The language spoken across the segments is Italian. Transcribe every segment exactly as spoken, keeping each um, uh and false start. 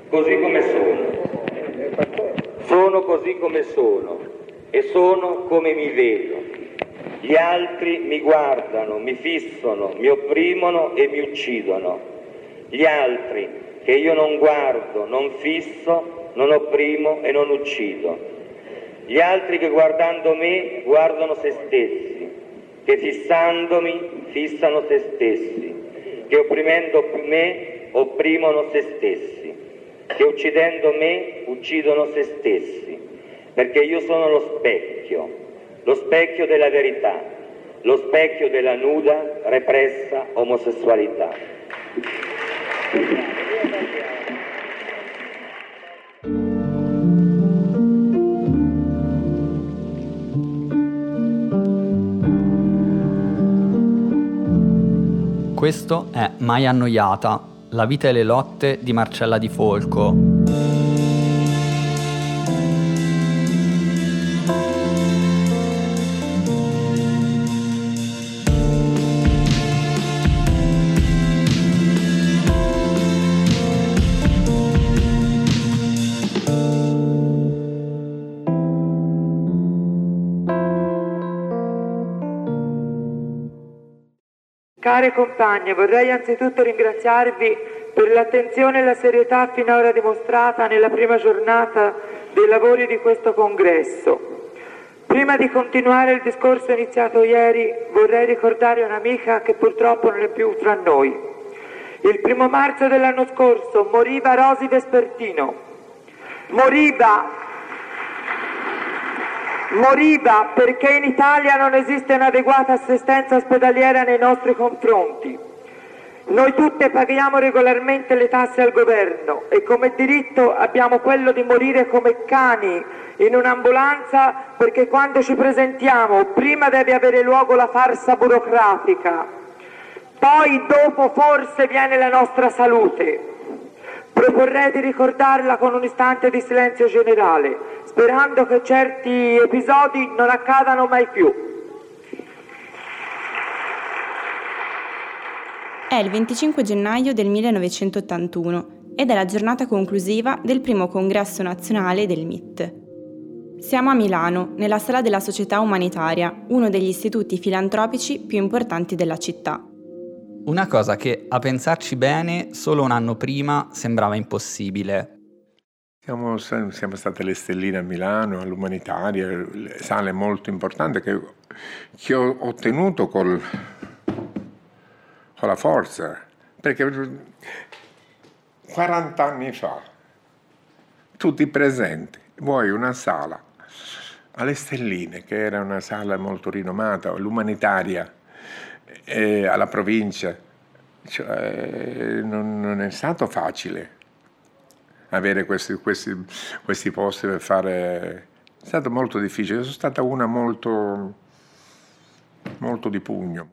così come sono. Sono così come sono e sono come mi vedo. Gli altri mi guardano, mi fissano, mi opprimono e mi uccidono. Gli altri che io non guardo, non fisso, non opprimo e non uccido. Gli altri che guardando me guardano se stessi, che fissandomi fissano se stessi, che opprimendo me opprimono se stessi, che uccidendo me uccidono se stessi, perché io sono lo specchio, lo specchio della verità, lo specchio della nuda, repressa omosessualità. Questo è Mai annoiata, la vita e le lotte di Marcella Di Folco. Care compagne, vorrei anzitutto ringraziarvi per l'attenzione e la serietà finora dimostrata nella prima giornata dei lavori di questo congresso. Prima di continuare il discorso iniziato ieri, vorrei ricordare un'amica che purtroppo non è più fra noi. Il primo marzo dell'anno scorso moriva Rosi Vespertino. Moriva Moriva perché in Italia non esiste un'adeguata assistenza ospedaliera nei nostri confronti. Noi tutte paghiamo regolarmente le tasse al governo e come diritto abbiamo quello di morire come cani in un'ambulanza, perché quando ci presentiamo prima deve avere luogo la farsa burocratica, poi dopo forse viene la nostra salute. Proporrei di ricordarla con un istante di silenzio generale, sperando che certi episodi non accadano mai più. È il venticinque gennaio del millenovecentottantuno ed è la giornata conclusiva del primo congresso nazionale del M I T. Siamo a Milano, nella sala della Società Umanitaria, uno degli istituti filantropici più importanti della città. Una cosa che, a pensarci bene, solo un anno prima sembrava impossibile. Siamo, siamo state le Stelline a Milano, all'Umanitaria, sale molto importante che, che ho ottenuto col, con la forza, perché quaranta anni fa, tutti presenti, vuoi una sala alle Stelline, che era una sala molto rinomata, l'Umanitaria, e alla provincia, cioè, non, non è stato facile avere questi, questi, questi posti per fare, è stato molto difficile, sono stata una molto, molto di pugno.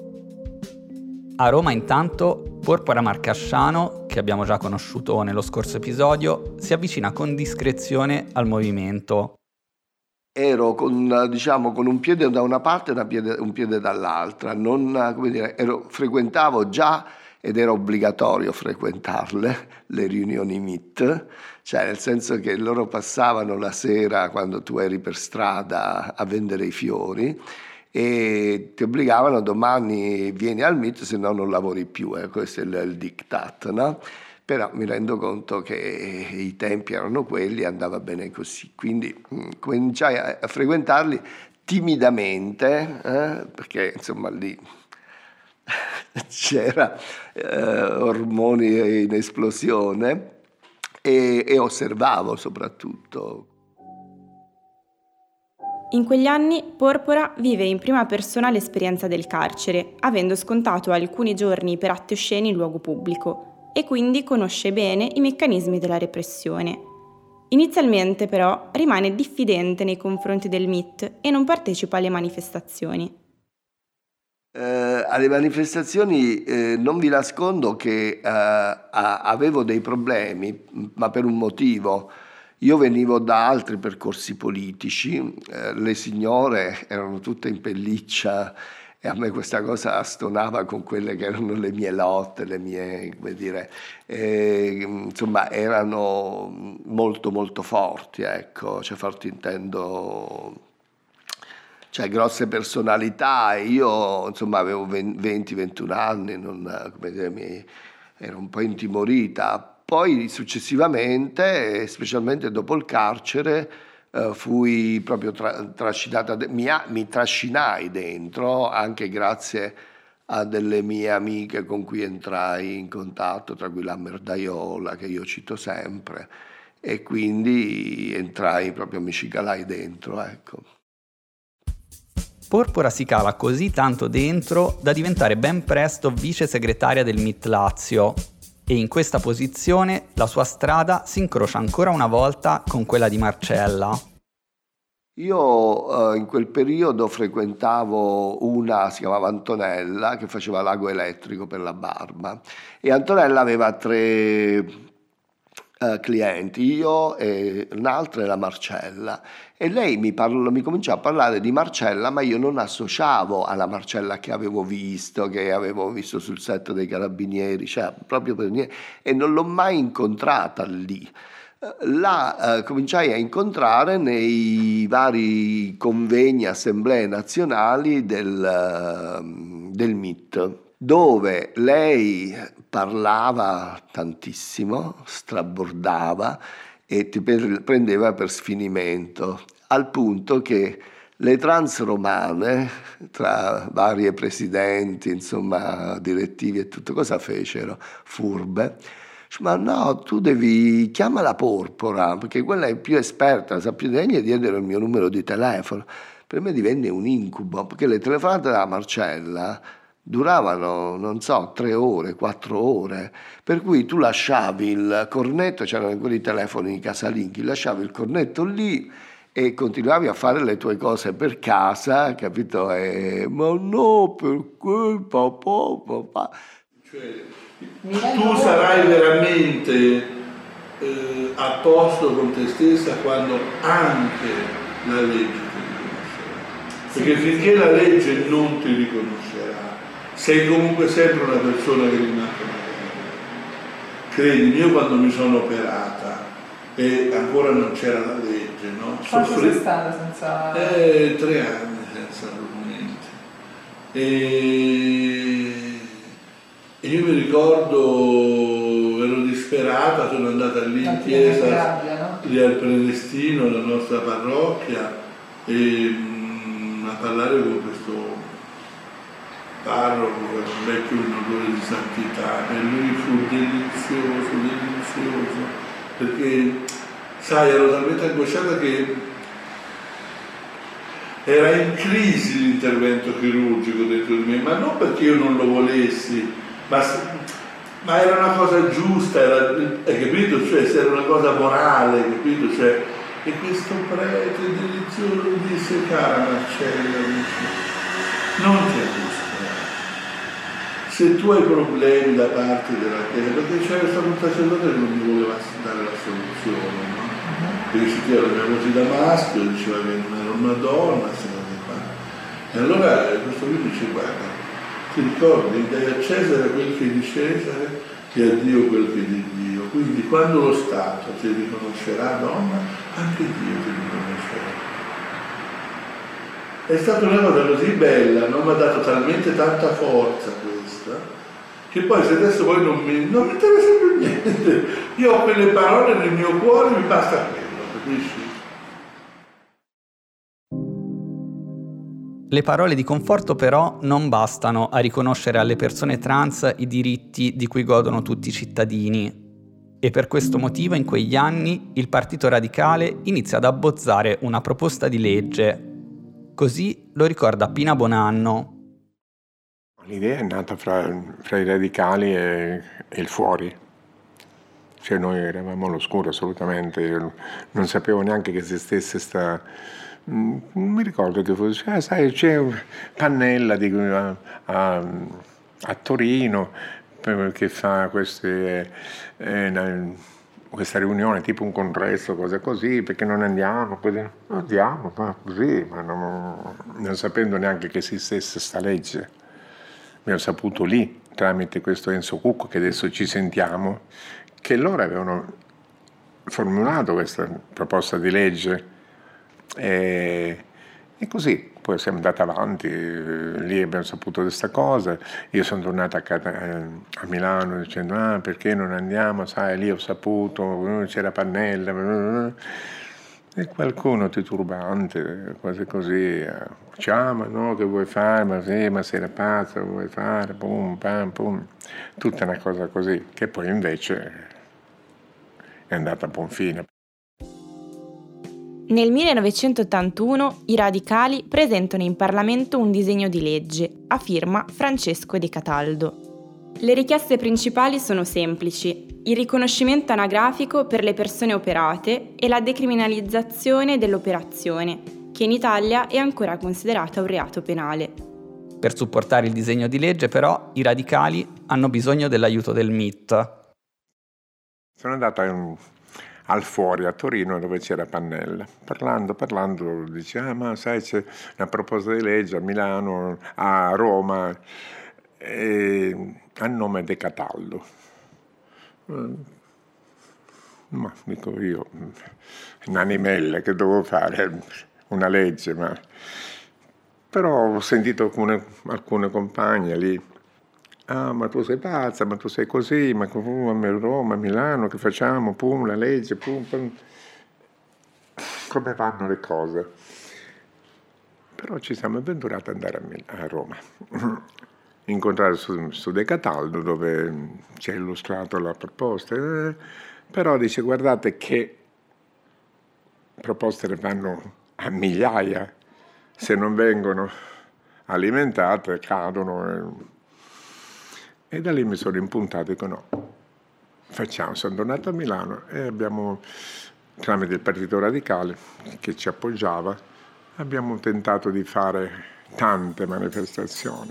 A Roma intanto Porpora Marcasciano, che abbiamo già conosciuto nello scorso episodio, si avvicina con discrezione al movimento. Ero con, diciamo, con un piede da una parte e un piede, un piede dall'altra, non, come dire, ero, frequentavo già, ed era obbligatorio frequentarle, le riunioni M I T, cioè nel senso che loro passavano la sera quando tu eri per strada a vendere i fiori e ti obbligavano: domani vieni al M I T, se no non lavori più, eh, questo è il, il diktat, no? Però mi rendo conto che i tempi erano quelli, andava bene così, quindi mh, cominciai a, a frequentarli timidamente, eh, perché insomma lì c'era eh, ormoni in esplosione e, e osservavo soprattutto. In quegli anni Porpora vive in prima persona l'esperienza del carcere, avendo scontato alcuni giorni per atti osceni in luogo pubblico, e quindi conosce bene i meccanismi della repressione. Inizialmente però rimane diffidente nei confronti del M I T e non partecipa alle manifestazioni. Eh, alle manifestazioni eh, non vi nascondo che eh, a, avevo dei problemi, ma per un motivo. Io venivo da altri percorsi politici, eh, le signore erano tutte in pelliccia e a me questa cosa stonava con quelle che erano le mie lotte, le mie, come dire, eh, insomma erano molto molto forti, ecco, cioè forti intendo, cioè grosse personalità, e io insomma avevo venti ventuno anni, non, come dire, mi, ero un po' intimorita. Poi successivamente, specialmente dopo il carcere, Uh, fui proprio tra, trascinata, de- mi, a, mi trascinai dentro, anche grazie a delle mie amiche con cui entrai in contatto, tra cui la Merdaiola, che io cito sempre, e quindi entrai proprio, mi cicalai dentro, ecco. Porpora si cala così tanto dentro da diventare ben presto vice segretaria del M I T Lazio, e in questa posizione la sua strada si incrocia ancora una volta con quella di Marcella. Io eh, in quel periodo frequentavo una, si chiamava Antonella, che faceva l'ago elettrico per la barba, e Antonella aveva tre eh, clienti, io e un'altra era Marcella, e lei mi, parlo, mi cominciò a parlare di Marcella, ma io non associavo alla Marcella che avevo visto, che avevo visto sul set dei Carabinieri, cioè proprio per niente, e non l'ho mai incontrata lì. La eh, cominciai a incontrare nei vari convegni, assemblee nazionali del, uh, del M I T, dove lei parlava tantissimo, strabordava e ti prendeva per sfinimento, al punto che le trans romane, tra varie presidenti, insomma direttivi e tutto, cosa fecero? Furbe. Ma no, tu devi chiama la Porpora, perché quella è più esperta, sa più di me, e diedero il mio numero di telefono. Per me divenne un incubo, perché le telefonate della Marcella duravano, non so, tre ore, quattro ore, per cui tu lasciavi il cornetto, c'erano quei telefoni casalinghi, lasciavi il cornetto lì e continuavi a fare le tue cose per casa, capito? E, ma no, perché papà, papà... Cioè, tu sarai veramente eh, a posto con te stessa quando anche la legge ti riconoscerà, perché finché la legge non ti riconoscerà sei comunque sempre una persona che rimane magari. Credimi, io quando mi sono operata e ancora non c'era la legge, no? Quanto Soffri... sei stata senza... Eh, tre anni senza documenti. E... e io mi ricordo, ero disperata, sono andata lì in chiesa, rabbia, no? Lì al Prenestino, la nostra parrocchia, e, mh, a parlare con questo parroco, un vecchio in odore di santità, e lui fu delizioso, delizioso, perché, sai, ero talmente angosciata che era in crisi l'intervento chirurgico dentro di me, ma non perché io non lo volessi, ma, ma era una cosa giusta, era, hai capito? Cioè, se era una cosa morale, capito? Cioè, e questo prete delizioso disse: cara Marcella, non ti angustiare. Se tu hai problemi da parte della Chiesa, perché c'era stato un sacerdote che non mi voleva dare la soluzione, no? Perché si tira la mia voce da maschio, diceva che non era una donna, se non è qua. E allora questo qui dice: guarda, ti ricordi, dai a Cesare quel che è di Cesare e a Dio quel che è di Dio. Quindi quando lo Stato ti riconoscerà donna, anche Dio ti riconoscerà. È stata una cosa così bella, no? Mi ha dato talmente tanta forza questa, che poi se adesso poi non mi, non mi interessa più niente. Io ho quelle parole nel mio cuore, mi basta quello, capisci? Le parole di conforto però non bastano a riconoscere alle persone trans i diritti di cui godono tutti i cittadini. E per questo motivo in quegli anni il Partito Radicale inizia ad abbozzare una proposta di legge. Così lo ricorda Pina Bonanno. L'idea è nata fra, fra i radicali e, e il fuori. Cioè noi eravamo all'oscuro assolutamente, io non sapevo neanche che esistesse sta... Non mi ricordo che fosse, ah, sai, c'è Pannella di, a, a, a Torino che fa queste, eh, questa riunione, tipo un congresso, cose così, perché non andiamo? Poi non andiamo, ma così, ma non, non sapendo neanche che esistesse sta legge. Abbiamo saputo lì, tramite questo Enzo Cucco, che adesso ci sentiamo, che loro avevano formulato questa proposta di legge e, e così. Poi siamo andati avanti, lì abbiamo saputo di questa cosa, io sono tornato a, a Milano dicendo ah perché non andiamo, sai lì ho saputo, c'era Pannella, e qualcuno titurbante, quasi così, facciamo, no, che vuoi fare, ma sì, ma sei pazzo, vuoi fare, pum, pam, pum, tutta una cosa così, che poi invece è andata a buon fine. Nel millenovecentottantuno i radicali presentano in Parlamento un disegno di legge a firma Francesco De Cataldo. Le richieste principali sono semplici: il riconoscimento anagrafico per le persone operate e la decriminalizzazione dell'operazione, che in Italia è ancora considerata un reato penale. Per supportare il disegno di legge, però, i radicali hanno bisogno dell'aiuto del M I T. Sono andata in... al fuori a Torino dove c'era Pannella, parlando, parlando, dice ah ma sai c'è una proposta di legge a Milano, a Roma, e, a nome De Cataldo. Ma dico io, un'animella che devo fare, una legge, ma... Però ho sentito alcune, alcune compagne lì, ah ma tu sei pazza, ma tu sei così, ma come a Roma, a Milano, che facciamo, pum, la legge, pum, pum. Come vanno le cose? Però ci siamo avventurati ad andare a, Mil- a Roma, incontrare su, su De Cataldo dove ci ha illustrato la proposta, eh, però dice guardate che proposte ne vanno a migliaia, se non vengono alimentate cadono. Eh. E da lì mi sono impuntato e dico no, facciamo, sono tornato a Milano e abbiamo, tramite il Partito Radicale che ci appoggiava, abbiamo tentato di fare tante manifestazioni.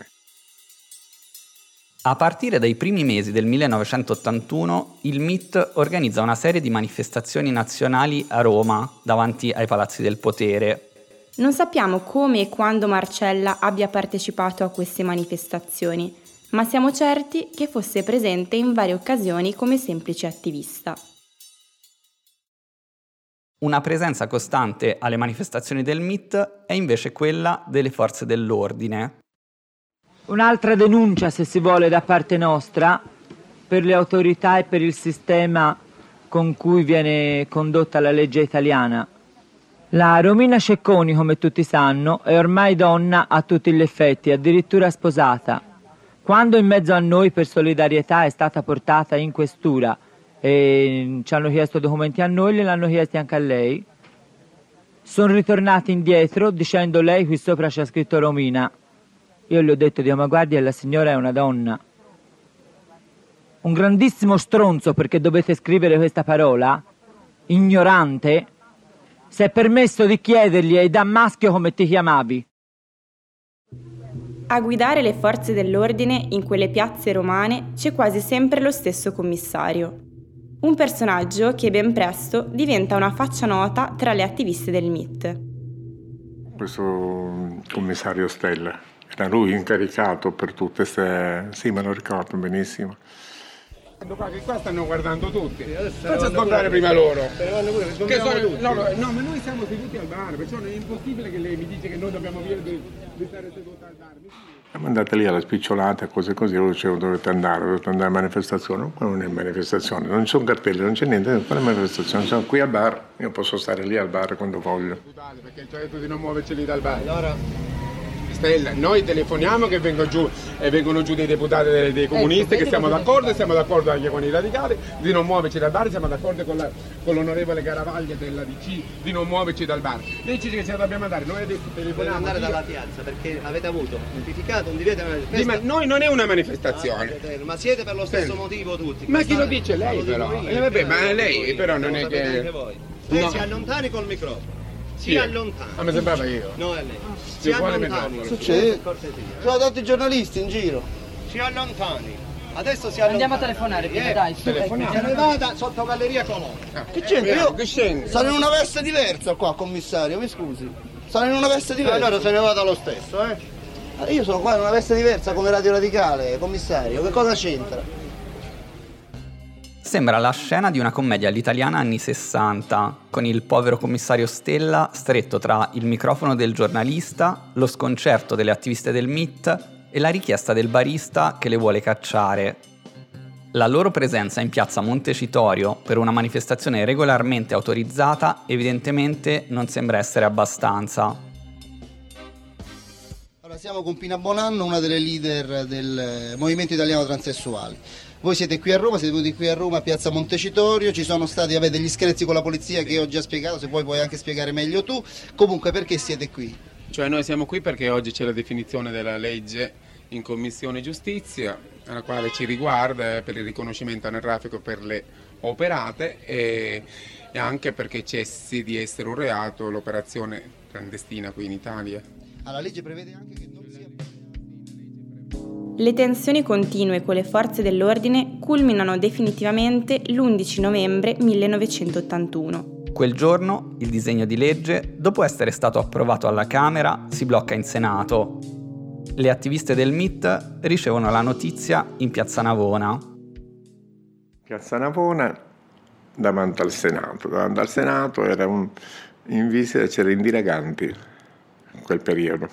A partire dai primi mesi del millenovecentottantuno, il M I T organizza una serie di manifestazioni nazionali a Roma, davanti ai palazzi del potere. Non sappiamo come e quando Marcella abbia partecipato a queste manifestazioni, ma siamo certi che fosse presente in varie occasioni come semplice attivista. Una presenza costante alle manifestazioni del M I T è invece quella delle forze dell'ordine. Un'altra denuncia, se si vuole, da parte nostra per le autorità e per il sistema con cui viene condotta la legge italiana. La Romina Cecconi, come tutti sanno, è ormai donna a tutti gli effetti, addirittura sposata. Quando in mezzo a noi per solidarietà è stata portata in questura e ci hanno chiesto documenti a noi, gliel'hanno chiesti anche a lei, sono ritornati indietro dicendo lei qui sopra c'ha scritto Romina. Io gli ho detto, Dio, ma guardi, la signora è una donna. Un grandissimo stronzo, perché dovete scrivere questa parola, ignorante, si è permesso di chiedergli ai da maschio come ti chiamavi. A guidare le forze dell'ordine in quelle piazze romane c'è quasi sempre lo stesso commissario. Un personaggio che ben presto diventa una faccia nota tra le attiviste del M I T. Questo commissario Stella, era lui incaricato per tutte queste... Sì, me lo ricordo benissimo. Qua, che qua stanno guardando tutti, faccia sgombrare prima loro. Che sono, no, no, ma noi siamo seduti al bar, perciò non è impossibile che lei mi dice che noi dobbiamo via di, di stare seduti al bar. Siamo andati lì alla spicciolata, cose così, loro dicevano dovete andare, dovete andare a manifestazione. Ma non è manifestazione, non c'è un cartello, non c'è niente, non è manifestazione, sono qui al bar, io posso stare lì al bar quando voglio. Perché ci ha detto di non muoverci lì dal bar. Allora... Stella, noi telefoniamo che vengono giù e vengono giù dei deputati dei, dei comunisti, ecco, che siamo d'accordo e siamo d'accordo anche con i radicali di non muoverci dal bar, siamo d'accordo con, la, con l'onorevole Garavaglia della D C di non muoverci dal bar. Lei ci dice che ce la dobbiamo andare, noi adesso telefoniamo. andare dalla piazza perché avete avuto notificato un divieto di manifestazione. Sì, ma noi non è una manifestazione. Ah, ma siete per lo stesso sì. motivo tutti. Ma chi lo dice lei però? Eh, vabbè, ma lei però non è che... Anche voi. Lei no. si allontani col microfono. Si sì. allontani. Ah, mi sembrava io. No, è lei. Si allontani. Succede? Sono tutti i giornalisti in giro. Si allontani. Adesso si allontana. Andiamo a telefonare prima, eh, dai. Telefoniamo. Se ne vada sotto Galleria Colombo. Ah, che c'entra? Io che scende? Sono in una veste diversa qua, commissario, mi scusi. Sono in una veste diversa. Allora se ne vada lo stesso, eh? Io sono qua in una veste diversa come Radio Radicale, commissario. Che cosa c'entra? Sembra la scena di una commedia all'italiana anni sessanta, con il povero commissario Stella stretto tra il microfono del giornalista, lo sconcerto delle attiviste del M I T e la richiesta del barista che le vuole cacciare. La loro presenza in piazza Montecitorio per una manifestazione regolarmente autorizzata evidentemente non sembra essere abbastanza. Allora, siamo con Pina Bonanno, una delle leader del Movimento Italiano Transessuali. Voi siete qui a Roma, siete venuti qui a Roma a piazza Montecitorio, ci sono stati avete degli screzi con la polizia che ho già spiegato, se vuoi puoi anche spiegare meglio tu. Comunque perché siete qui? Cioè noi siamo qui perché oggi c'è la definizione della legge in Commissione Giustizia, la quale ci riguarda per il riconoscimento anagrafico per le operate e, e anche perché cessi di essere un reato l'operazione clandestina qui in Italia. Ah, la legge prevede anche che non sia... Le tensioni continue con le forze dell'ordine culminano definitivamente l'undici novembre millenovecentottantuno. Quel giorno il disegno di legge, dopo essere stato approvato alla Camera, si blocca in Senato. Le attiviste del M I T ricevono la notizia in piazza Navona. Piazza Navona, davanti al Senato. Davanti al Senato era un, in visita, c'era Indira Gandhi in quel periodo.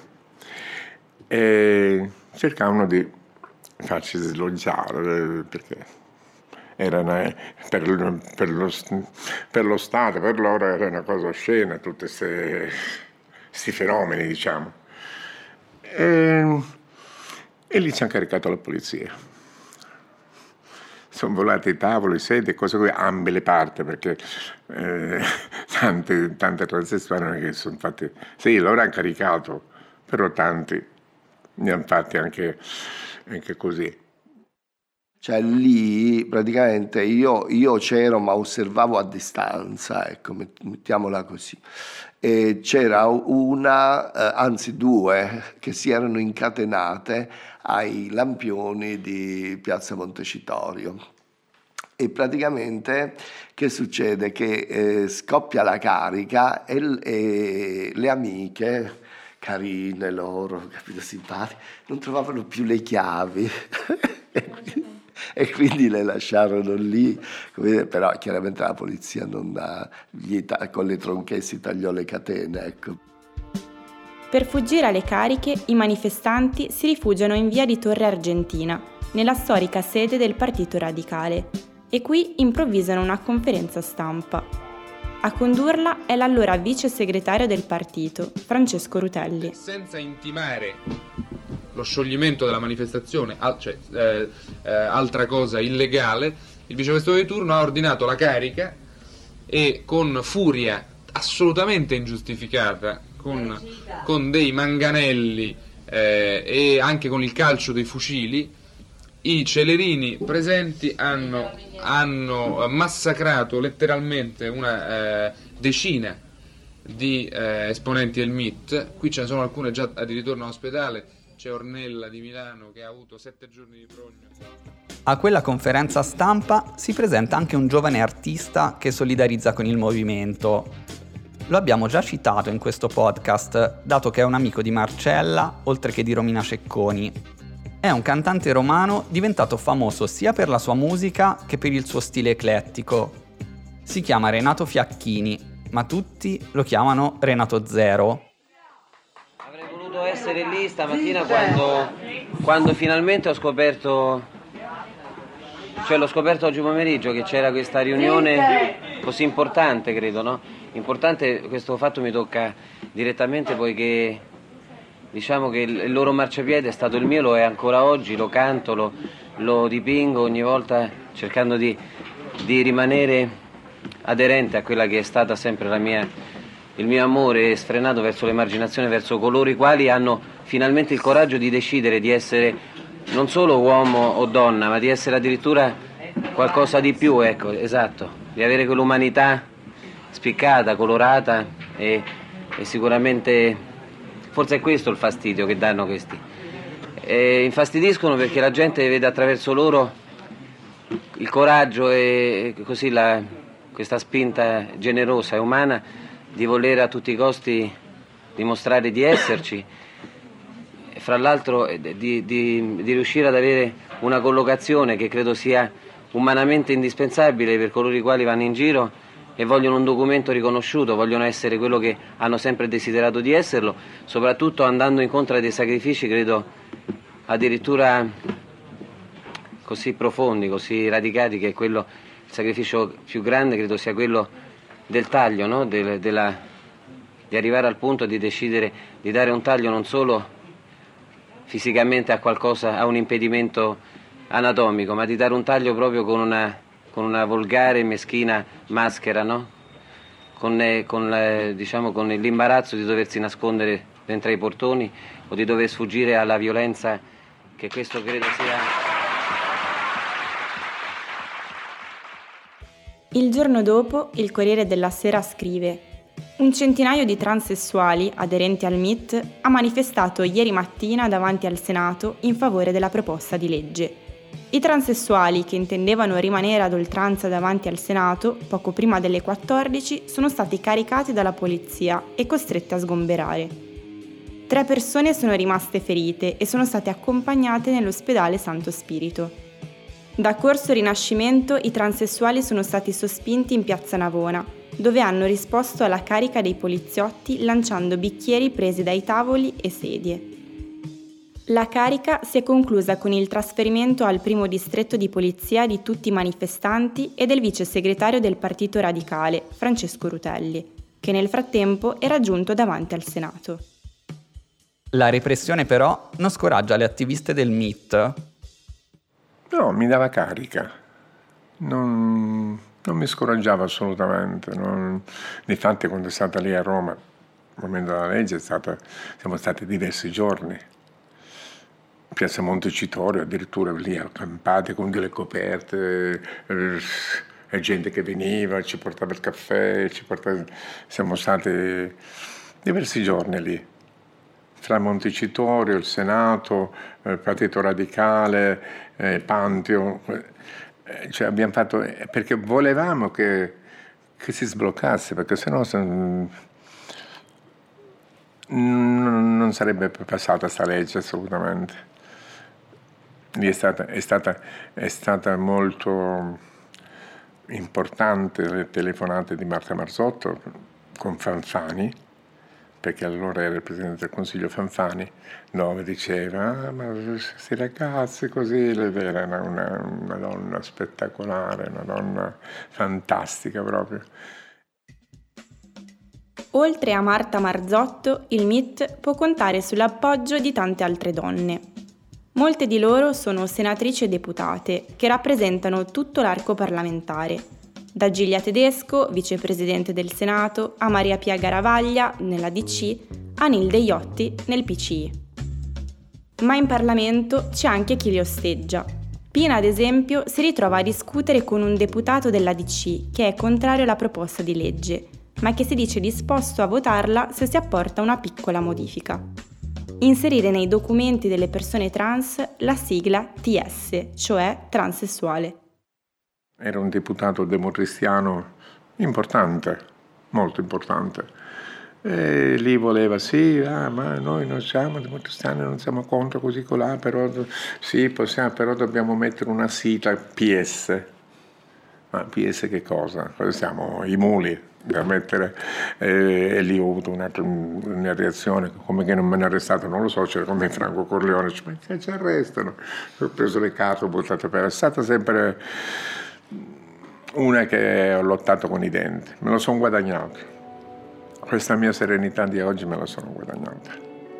E cercavano di farci sloggiare perché era una, per, per, lo, per lo Stato, per loro era una cosa oscena, tutti questi fenomeni, diciamo. E, e lì ci hanno caricato la polizia. Sono volati i tavoli, sedie, cose così, ambe le parti, perché eh, tante, tante transessuali che sono fatti. Sì, loro hanno caricato, però tanti ne hanno fatti anche, anche così. Cioè lì praticamente io, io c'ero ma osservavo a distanza, ecco, mettiamola così. E c'era una, eh, anzi due, che si erano incatenate ai lampioni di piazza Montecitorio. E praticamente che succede? Che eh, scoppia la carica e, e le amiche, carine loro, capito, simpatiche, non trovavano più le chiavi. E quindi le lasciarono lì, però chiaramente la polizia non ha, gli, con le tronche si tagliò le catene, ecco. Per fuggire alle cariche, i manifestanti si rifugiano in via di Torre Argentina, nella storica sede del Partito Radicale, e qui improvvisano una conferenza stampa. A condurla è l'allora vice segretario del partito, Francesco Rutelli. Senza intimare lo scioglimento della manifestazione, cioè eh, eh, altra cosa illegale, il vicequestore di turno ha ordinato la carica e con furia assolutamente ingiustificata, con, con dei manganelli eh, e anche con il calcio dei fucili, i celerini presenti hanno, hanno massacrato letteralmente una eh, decina di eh, esponenti del M I T. Qui ce ne sono alcune già di ritorno all'ospedale. C'è Ornella di Milano che ha avuto sette giorni di prognosi. A quella conferenza stampa si presenta anche un giovane artista che solidarizza con il movimento. Lo abbiamo già citato in questo podcast, dato che è un amico di Marcella, oltre che di Romina Cecconi. È un cantante romano diventato famoso sia per la sua musica che per il suo stile eclettico. Si chiama Renato Fiacchini, ma tutti lo chiamano Renato Zero. Essere lì stamattina quando, quando finalmente ho scoperto, cioè l'ho scoperto oggi pomeriggio che c'era questa riunione così importante, credo, no? Importante, questo fatto mi tocca direttamente poiché diciamo che il loro marciapiede è stato il mio, lo è ancora oggi, lo canto, lo, lo dipingo ogni volta cercando di, di rimanere aderente a quella che è stata sempre la mia il mio amore sfrenato verso l'emarginazione, verso coloro i quali hanno finalmente il coraggio di decidere di essere non solo uomo o donna, ma di essere addirittura qualcosa di più, ecco, esatto, di avere quell'umanità spiccata, colorata e, e sicuramente forse è questo il fastidio che danno questi. E infastidiscono perché la gente vede attraverso loro il coraggio e così la, questa spinta generosa e umana di voler a tutti i costi dimostrare di esserci, e fra l'altro di, di, di riuscire ad avere una collocazione che credo sia umanamente indispensabile per coloro i quali vanno in giro e vogliono un documento riconosciuto, vogliono essere quello che hanno sempre desiderato di esserlo, soprattutto andando incontro a dei sacrifici, credo, addirittura così profondi, così radicati, che è quello, il sacrificio più grande credo sia quello del taglio, no? Del, della, di arrivare al punto di decidere di dare un taglio non solo fisicamente a qualcosa, a un impedimento anatomico, ma di dare un taglio proprio con una, con una volgare e meschina maschera, no? Con, eh, con, eh, diciamo, con l'imbarazzo di doversi nascondere dentro ai portoni o di dover sfuggire alla violenza, che questo credo sia... Il giorno dopo, il Corriere della Sera scrive: un centinaio di transessuali aderenti al M I T ha manifestato ieri mattina davanti al Senato in favore della proposta di legge. I transessuali che intendevano rimanere ad oltranza davanti al Senato, poco prima delle quattordici, sono stati caricati dalla polizia e costretti a sgomberare. Tre persone sono rimaste ferite e sono state accompagnate nell'ospedale Santo Spirito. Da Corso Rinascimento i transessuali sono stati sospinti in piazza Navona, dove hanno risposto alla carica dei poliziotti lanciando bicchieri presi dai tavoli e sedie. La carica si è conclusa con il trasferimento al primo distretto di polizia di tutti i manifestanti e del vice segretario del Partito Radicale, Francesco Rutelli, che nel frattempo era giunto davanti al Senato. La repressione però non scoraggia le attiviste del M I T. No, mi dava carica, non, non mi scoraggiava assolutamente. Non... Difatti quando è stata lì a Roma, al momento della legge, è stata... siamo stati diversi giorni. Piazza Montecitorio, addirittura lì accampati con delle coperte, eh, e gente che veniva, ci portava il caffè, ci portava... siamo stati diversi giorni lì. Fra Montecitorio, il Senato, il Partito Radicale, eh, Pantio, eh, cioè abbiamo fatto, eh, perché volevamo che, che si sbloccasse, perché sennò se, mm, non sarebbe passata questa legge assolutamente. Lì è stata, è stata, è stata molto importante le telefonate di Marta Marzotto con Fanfani, perché allora era il Presidente del Consiglio Fanfani, dove diceva ah, ma questi ragazzi così, lei era una, una donna spettacolare, una donna fantastica proprio. Oltre a Marta Marzotto, il M I T può contare sull'appoggio di tante altre donne. Molte di loro sono senatrici e deputate, che rappresentano tutto l'arco parlamentare. Da Gilia Tedesco, vicepresidente del Senato, a Maria Pia Garavaglia, nella D C, a Nilde Iotti, nel P C I. Ma in Parlamento c'è anche chi li osteggia. Pina, ad esempio, si ritrova a discutere con un deputato della D C che è contrario alla proposta di legge, ma che si dice disposto a votarla se si apporta una piccola modifica. Inserire nei documenti delle persone trans la sigla T S, cioè transessuale. Era un deputato democristiano importante, molto importante. E lì voleva, sì, ah, ma noi non siamo democristiani, non siamo contro così colà, però sì, possiamo, però dobbiamo mettere una sigla P S. Ma P S che cosa? Cosa siamo? I muli da mettere? E, e lì ho avuto una, una reazione, come che non me ne arrestato, non lo so, c'era come Franco Corleone, cioè, ma ci arrestano? Ho preso le carte, ho buttato per... È stata sempre... una che ho lottato con i denti, me lo sono guadagnato. Questa mia serenità di oggi me la sono guadagnata.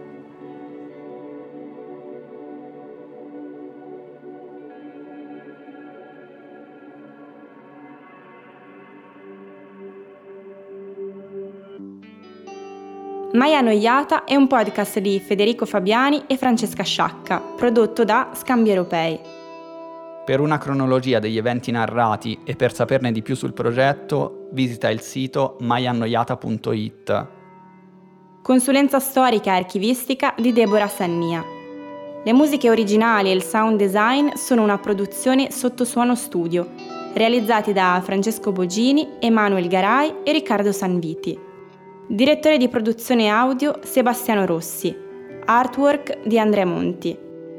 Mai Annoiata è un podcast di Federico Fabiani e Francesca Sciacca, prodotto da Scambi Europei. Per una cronologia degli eventi narrati e per saperne di più sul progetto, visita il sito mai annoiata punto it. Consulenza storica e archivistica di Deborah Sannia. Le musiche originali e il sound design sono una produzione Sottosuono Studio, realizzati da Francesco Bogini, Emanuel Garai e Riccardo Sanviti. Direttore di produzione audio Sebastiano Rossi. Artwork di Andrea Monti.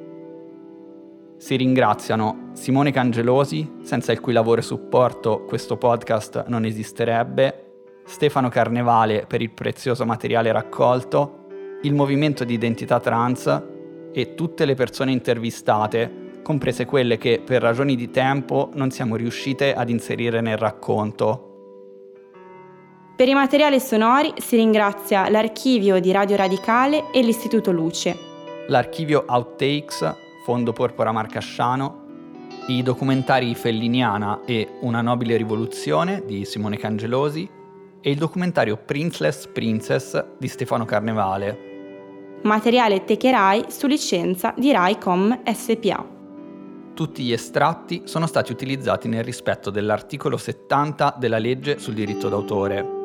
Si ringraziano Simone Cangelosi, senza il cui lavoro e supporto questo podcast non esisterebbe, Stefano Carnevale per il prezioso materiale raccolto, il movimento di identità trans e tutte le persone intervistate, comprese quelle che per ragioni di tempo non siamo riuscite ad inserire nel racconto. Per i materiali sonori si ringrazia l'archivio di Radio Radicale e l'Istituto Luce, l'archivio Outtakes, Fondo Porpora Marcasciano, i documentari Felliniana e Una nobile rivoluzione di Simone Cangelosi e il documentario Princeless Princess di Stefano Carnevale. Materiale Techerai su licenza di Raicom S P A. Tutti gli estratti sono stati utilizzati nel rispetto dell'articolo settanta della legge sul diritto d'autore.